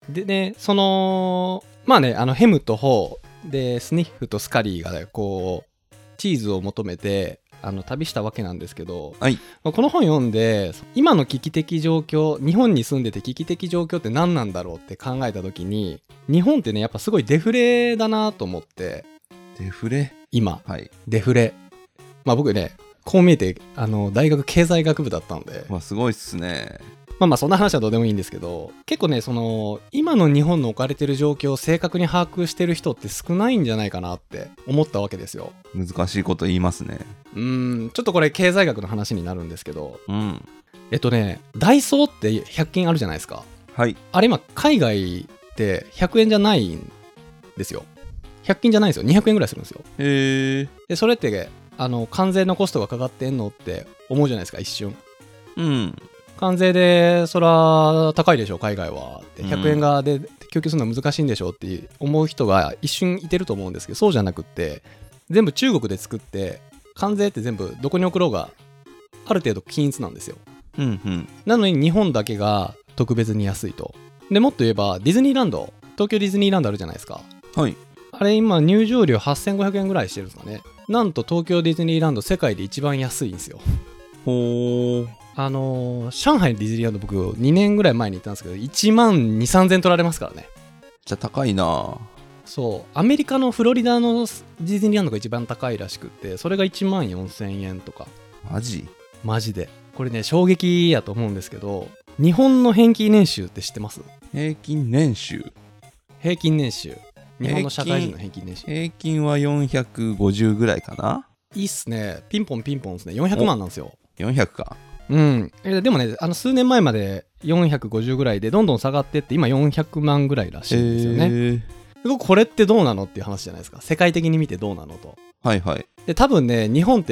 でね、まあね、ヘムとホーでスニッフとスカリーが、ね、こうチーズを求めて旅したわけなんですけど、 はい、 この本読んで今の危機的状況、日本に住んでて危機的状況って何なんだろうって考えた時に、日本ってねやっぱすごいデフレだなと思って。 デフレ今、 はい、 デフレ。まあ僕ねこう見えて大学経済学部だったので、 すごいっすね。 まあそんな話はどうでもいいんですけど、結構ね今の日本の置かれてる状況を正確に把握してる人って少ないんじゃないかなって思ったわけですよ。 難しいこと言いますね。 ちょっとこれ経済学の話になるんですけど、 うん。 ダイソーって100均あるじゃないですか。 はい。 あれ今海外って100円じゃないんですよ。100均じゃないんですよ。200円ぐらいするんですよ。 へえ。 でそれって関税のコストがかかってんのって思うじゃないですか、一瞬。 うん。 関税でそら高いでしょ海外はって、100円がで供給するのは難しいんでしょって思う人が一瞬いてると思うんですけど、そうじゃなくって全部中国で作って、関税って全部どこに送ろうがある程度均一なんですよ。 うんうん。 なのに日本だけが特別に安いと。でもっと言えばディズニーランド、東京ディズニーランドあるじゃないですか。 はい。 あれ今入場料8500円ぐらいしてるんですかね。なんと東京ディズニーランド世界で一番安いんですよ。 ほー。 上海ディズニーランド僕2年ぐらい前に行ったんですけど、1万2、3000取られますからね。 じゃあ高いな。 そう、アメリカのフロリダのディズニーランドが一番高いらしくって、それが1万4000円とか。マジでこれね衝撃やと思うんですけど、日本の平均年収って知ってます？ 平均年収。 平均年収、日本の社会人の平均年収。 平均は450ぐらいかな。 いいっすね。ピンポンピンポンですね。400万なんですよ。 400か。 うん。でもね、数年前まで450ぐらいでどんどん下がってって、今400万ぐらいらしいんですよね。これってどうなのっていう話じゃないですか。世界的に見てどうなのと。 はいはい。 で多分ね、日本って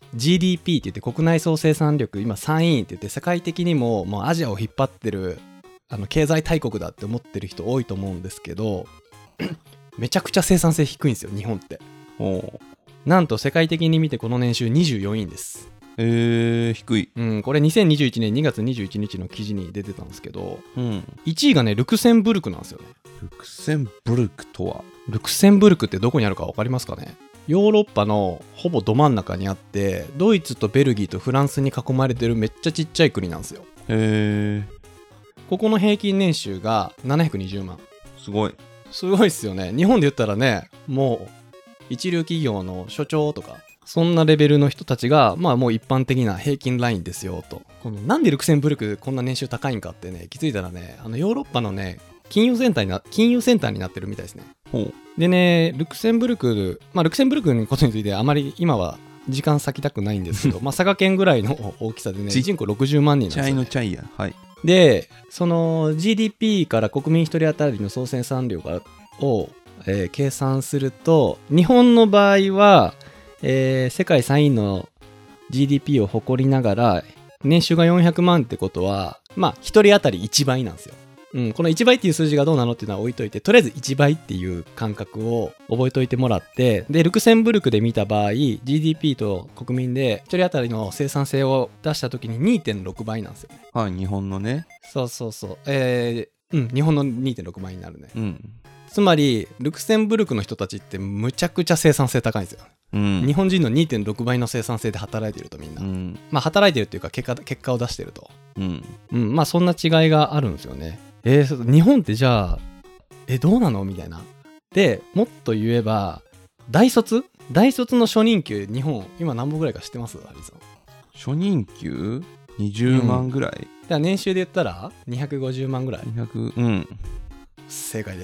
GDP って言って国内総生産力今3位って言って、世界的にももうアジアを引っ張ってる経済大国だって思ってる人多いと思うんですけどめちゃくちゃ生産性低いんですよ日本って。なんと世界的に見てこの年収24位です。 低い。 これ2021年2月21日の記事に出てたんですけど、 1 位がねルクセンブルクなんですよね。 ルクセンブルクとは？ ルクセンブルクってどこにあるか分かりますかね？ヨーロッパのほぼど真ん中にあって、ドイツとベルギーとフランスに囲まれてるめっちゃちっちゃい国なんですよ。ここの平均年収が720万。すごいっすよね。日本で言ったらね、もう一流企業の所長とかそんなレベルの人たちがもう一般的な平均ラインですよと。なんでルクセンブルクこんな年収高いんかってね、気づいたらね、ヨーロッパのね金融センターになってるみたいですね。でね、ルクセンブルクのことについてあまり今は時間割きたくないんですけど佐賀県ぐらいの大きさでね、人口60万人なんですよね。 チャイのチャイや。はい。 でその GDP から国民1人当たりの総生産量を、計算すると、日本の場合は、世界3位の GDP を誇りながら年収が400万ってことは、1人当たり1倍なんですよ。この1倍っていう数字がどうなのっていうのは置いといて、とりあえず1倍っていう感覚を覚えといてもらって、でルクセンブルクで見た場合 GDP と国民で1人当たりの生産性を出した時に 2.6 倍なんですよね。 はい、日本のね。 そう日本の 2.6 倍になるね。 うんつまりルクセンブルクの人たちってむちゃくちゃ生産性高いんですよ。日本人の 2.6 倍の生産性で働いてると、みんな、働いてるっていうか結果を出してると、そんな違いがあるんですよね。日本ってじゃあどうなのみたいな。でもっと言えば大卒の初任給、日本今何本ぐらいか知ってます？ハリーさん。 初任給20万ぐらい、 だから年収で言ったら250万ぐらい。正解です。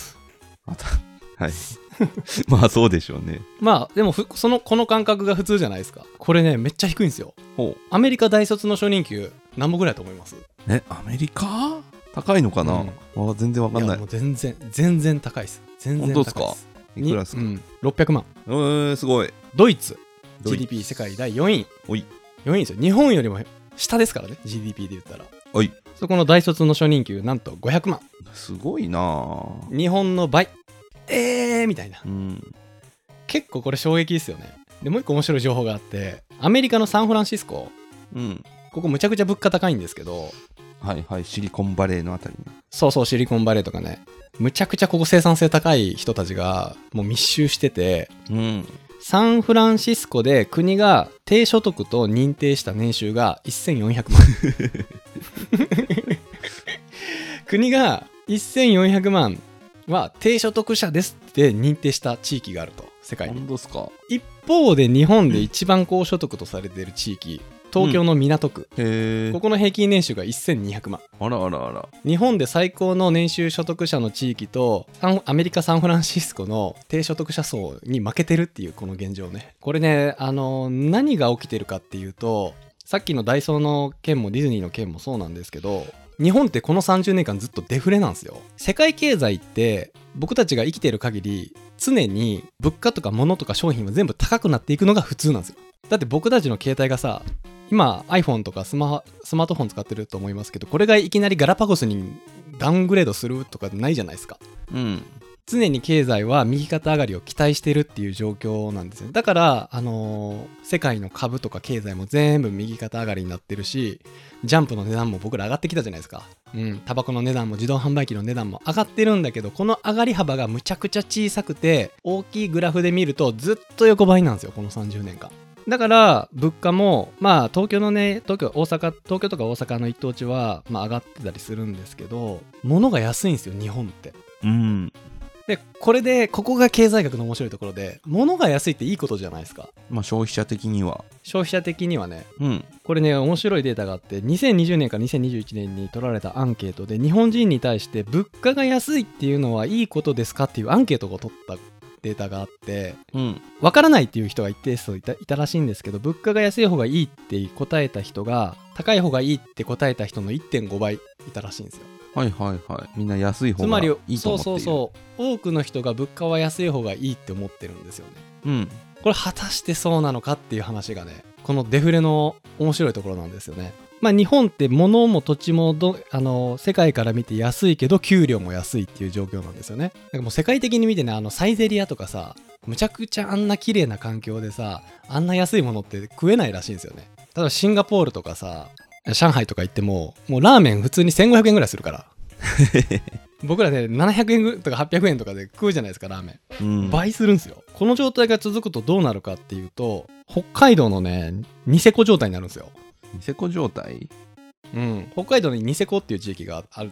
またはいまあそうでしょうね。 でもこの感覚が普通じゃないですか。これねめっちゃ低いんですよ。アメリカ大卒の初任給何本ぐらいだと思います？ アメリカ高いのかな、全然わかんない。 いやもう全然高いです。全然高いです。 本当ですか？いくらですか ？600万。 すごい。 ドイツ GDP 世界第4位。4位ですよ。日本よりも下ですからね、 GDP で言ったら。そこの大卒の初任給なんと500万。 すごいな。 日本の倍。みたいな、結構これ衝撃ですよね。でもう一個面白い情報があって、アメリカのサンフランシスコ、ここむちゃくちゃ物価高いんですけど、 はいはい、シリコンバレーのあたりね。 そうそう、シリコンバレーとかね。むちゃくちゃここ生産性高い人たちがもう密集してて、 うん。 サンフランシスコで国が低所得と認定した年収が1400万。国が1400万は低所得者ですって認定した地域があると、世界に。 本当ですか。 一方で日本で一番高所得とされている地域、東京の港区、 へえ。 ここの平均年収が1200万。 あらあらあら。 日本で最高の年収所得者の地域とアメリカ・サンフランシスコの低所得者層に負けてるっていうこの現状ね。これね、何が起きてるかっていうと、さっきのダイソーの件もディズニーの件もそうなんですけど、日本ってこの30年間ずっとデフレなんですよ。世界経済って僕たちが生きてる限り常に物価とか物とか商品は全部高くなっていくのが普通なんですよ。だって僕たちの携帯がさ、今 iPhone とかスマートフォン使ってると思いますけど、これがいきなりガラパゴスにダウングレードするとかないじゃないですか。 うん。 常に経済は右肩上がりを期待してるっていう状況なんですよ。だから、世界の株とか経済も全部右肩上がりになってるし、ジャンプの値段も僕ら上がってきたじゃないですか。タバコの値段も自動販売機の値段も上がってるんだけど、この上がり幅がむちゃくちゃ小さくて、大きいグラフで見るとずっと横ばいなんですよ、この30年間。だから物価も東京とか大阪の一等地は上がってたりするんですけど、物が安いんですよ、日本って。 うん。 でここが経済学の面白いところで、物が安いっていいことじゃないですか。 消費者的にはね。うん。 これね、面白いデータがあって、2020年から2021年に取られたアンケートで、日本人に対して物価が安いっていうのはいいことですかっていうアンケートを取ったデータがあって、わからないっていう人が一定数いたらしいんですけど、物価が安い方がいいって答えた人が高い方がいいって答えた人の 1.5 倍いたらしいんですよ。 はいはいはい。みんな安い方がいいと思っている。 そう多くの人が物価は安い方がいいって思ってるんですよね。 うん。 これ果たしてそうなのかっていう話がね、このデフレの面白いところなんですよね。日本って物も土地も世界から見て安いけど給料も安いっていう状況なんですよね。だからもう世界的に見てね、サイゼリアとかさ、むちゃくちゃあんな綺麗な環境でさ、あんな安いものって食えないらしいんですよね。例えばシンガポールとかさ、上海とか行ってもうラーメン普通に1500円ぐらいするから僕らで700円とか800円とかで食うじゃないですか、ラーメン。倍するんですよ。この状態が続くとどうなるかっていうと、北海道のね、ニセコ状態になるんですよ。 ニセコ状態？ 北海道にニセコっていう地域があって、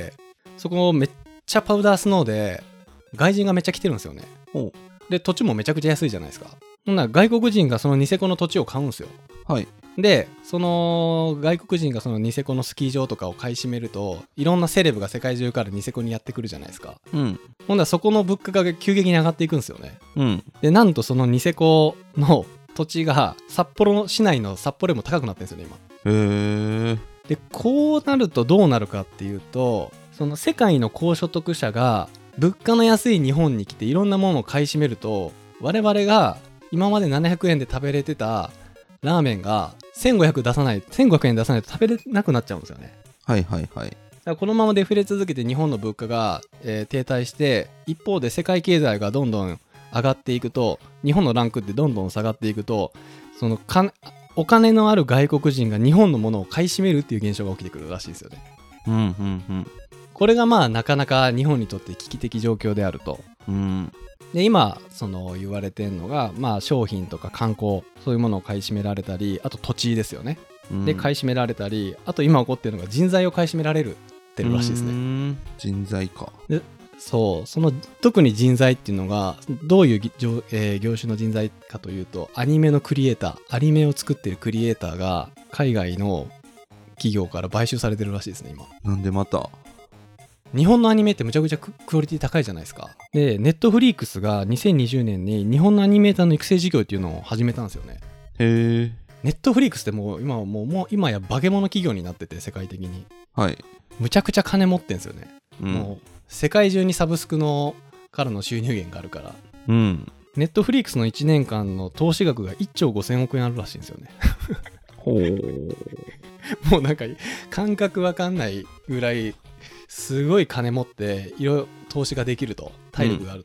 そこめっちゃパウダースノーで外人がめっちゃ来てるんですよね。で土地もめちゃくちゃ安いじゃないですか。ほんなら外国人がそのニセコの土地を買うんですよ。 はい。 でその外国人がそのニセコのスキー場とかを買い占めると、いろんなセレブが世界中からニセコにやってくるじゃないですか。ほんならそこの物価が急激に上がっていくんですよね。でなんとそのニセコの土地が札幌市内の札幌よりも高くなってるんですよね、今。 へー。 でこうなるとどうなるかっていうと、その世界の高所得者が物価の安い日本に来ていろんなものを買い占めると、我々が今まで700円で食べれてたラーメンが1500円出さないと食べれなくなっちゃうんですよね。 はいはいはい。 だからこのままデフレ続けて日本の物価が、停滞して、一方で世界経済がどんどん上がっていくと、日本のランクってどんどん下がっていくと、そのお金のある外国人が日本のものを買い占めるっていう現象が起きてくるらしいですよね。これがなかなか日本にとって危機的状況であると。で今言われてるのが、商品とか観光、そういうものを買い占められたり、あと土地ですよね。で買い占められたり、あと今起こってるのが人材を買い占められてるらしいですね。 人材か。 で特に人材っていうのがどういう業種の人材かというと、アニメのクリエイター、アニメを作ってるクリエイターが海外の企業から買収されてるらしいですね、今。 なんでまた？ 日本のアニメってむちゃくちゃクオリティ高いじゃないですか。でネットフリックスが2020年に日本のアニメーターの育成事業っていうのを始めたんですよね。 へー。 ネットフリックスってもう今や化け物企業になってて、世界的に。 はい。 むちゃくちゃ金持ってんですよね。もう世界中にサブスクのからの収入源があるから。ネットフリックスの1年間の投資額が1兆5000億円あるらしいんですよね。 ほう。 もうなんか感覚わかんないぐらいすごい金持っていろいろ投資ができると、体力があると。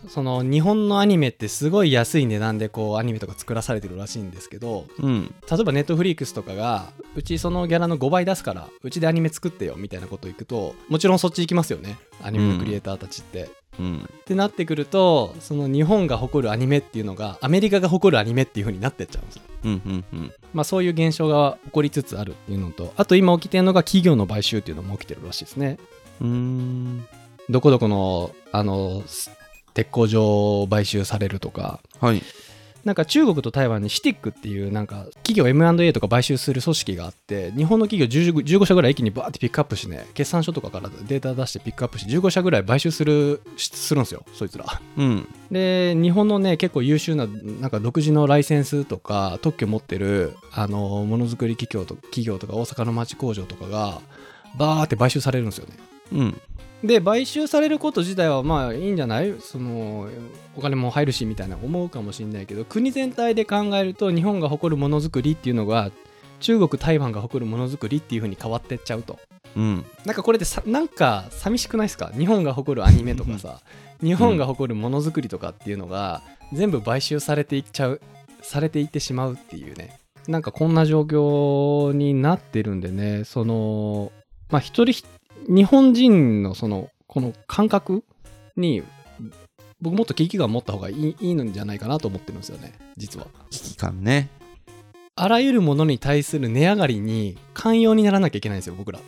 その日本のアニメってすごい安い値段でこうアニメとか作らされてるらしいんですけど、例えばネットフリックスとかがうちそのギャラの5倍出すからうちでアニメ作ってよみたいなことを言くと、もちろんそっち行きますよね、アニメのクリエイターたちって、ってなってくると、その日本が誇るアニメっていうのがアメリカが誇るアニメっていう風になってっちゃうんですよ。まあそういう現象が起こりつつあるっていうのと、あと今起きてるのが企業の買収っていうのも起きてるらしいですね。どこどこの鉄工所を買収されるとか、なんか中国と台湾にシティックっていうなんか企業 M&A とか買収する組織があって、日本の企業15社ぐらい一気にバーってピックアップしてね、決算書とかからデータ出してピックアップして15社ぐらい買収するんですよ、そいつら。で日本のね結構優秀ななんか独自のライセンスとか特許持ってるものづくり企業とか大阪の町工場とかがバーって買収されるんですよね。で買収されること自体はまあいいんじゃない、そのお金も入るしみたいな思うかもしれないけど、国全体で考えると日本が誇るものづくりっていうのが中国台湾が誇るものづくりっていう風に変わってっちゃうと、なんかこれでなんか寂しくないですか。日本が誇るアニメとかさ日本が誇るものづくりとかっていうのが全部買収されていってしまうっていうね、なんかこんな状況になってるんでね、そのまあ日本人のこの感覚に僕もっと危機感持った方がいいのじゃないかなと思ってるんですよね、実は。 危機感ね。 あらゆるものに対する値上がりに寛容にならなきゃいけないんですよ、僕ら。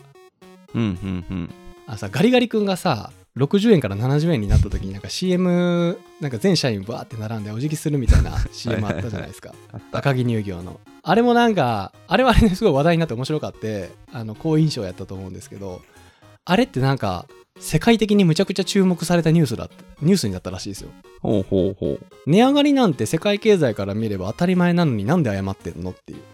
ガリガリ君がさ60円から70円になった時になんか CM なんか全社員バーって並んでお辞儀するみたいな CM あったじゃないですか赤城乳業の。あれもなんかあれはあれですごい話題になって面白かって好印象やったと思うんですけど、あれってなんか世界的にむちゃくちゃ注目されたニュースになったらしいですよ。値上がりなんて世界経済から見れば当たり前なのになんで謝ってんのっていう。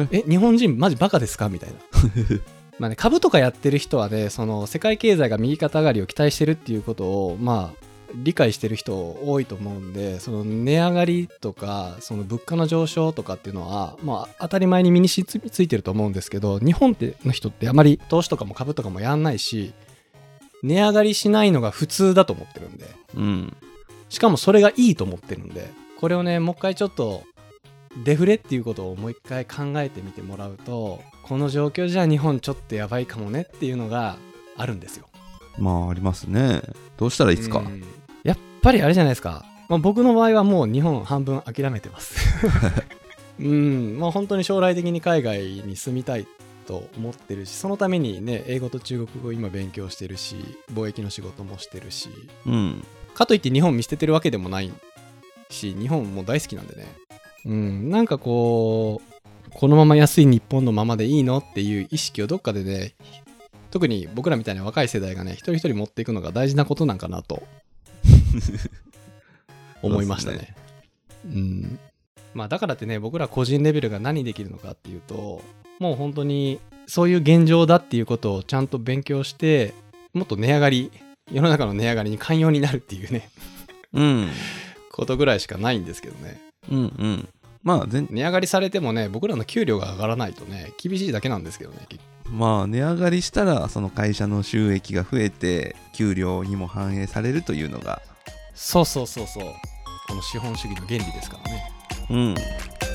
日本人マジバカですかみたいなまあね、株とかやってる人はね、その世界経済が右肩上がりを期待してるっていうことをまあ理解してる人多いと思うんで、その値上がりとかその物価の上昇とかっていうのはまあ当たり前に身についてると思うんですけど、日本の人ってあまり投資とかも株とかもやんないし、値上がりしないのが普通だと思ってるんで、しかもそれがいいと思ってるんで、これをねもう一回ちょっとデフレっていうことをもう一回考えてみてもらうと、この状況じゃ日本ちょっとやばいかもねっていうのがあるんですよ。 まあありますね。どうしたらいいですか。 やっぱりあれじゃないですか、僕の場合はもう日本半分諦めてます本当に将来的に海外に住みたいと思ってるし、そのためにね英語と中国語今勉強してるし、貿易の仕事もしてるし、かといって日本見捨ててるわけでもないし、日本も大好きなんでね、なんかこのまま安い日本のままでいいのっていう意識をどっかでね、特に僕らみたいな若い世代がね一人一人持っていくのが大事なことなんかなと思いましたね。まあだからってね、僕ら個人レベルが何できるのかっていうと、もう本当にそういう現状だっていうことをちゃんと勉強して、もっと世の中の値上がりに寛容になるっていうねことぐらいしかないんですけどね。 まあ値上がりされてもね、僕らの給料が上がらないとね厳しいだけなんですけどね。 まあ値上がりしたらその会社の収益が増えて給料にも反映されるというのが、 そうこの資本主義の原理ですからね。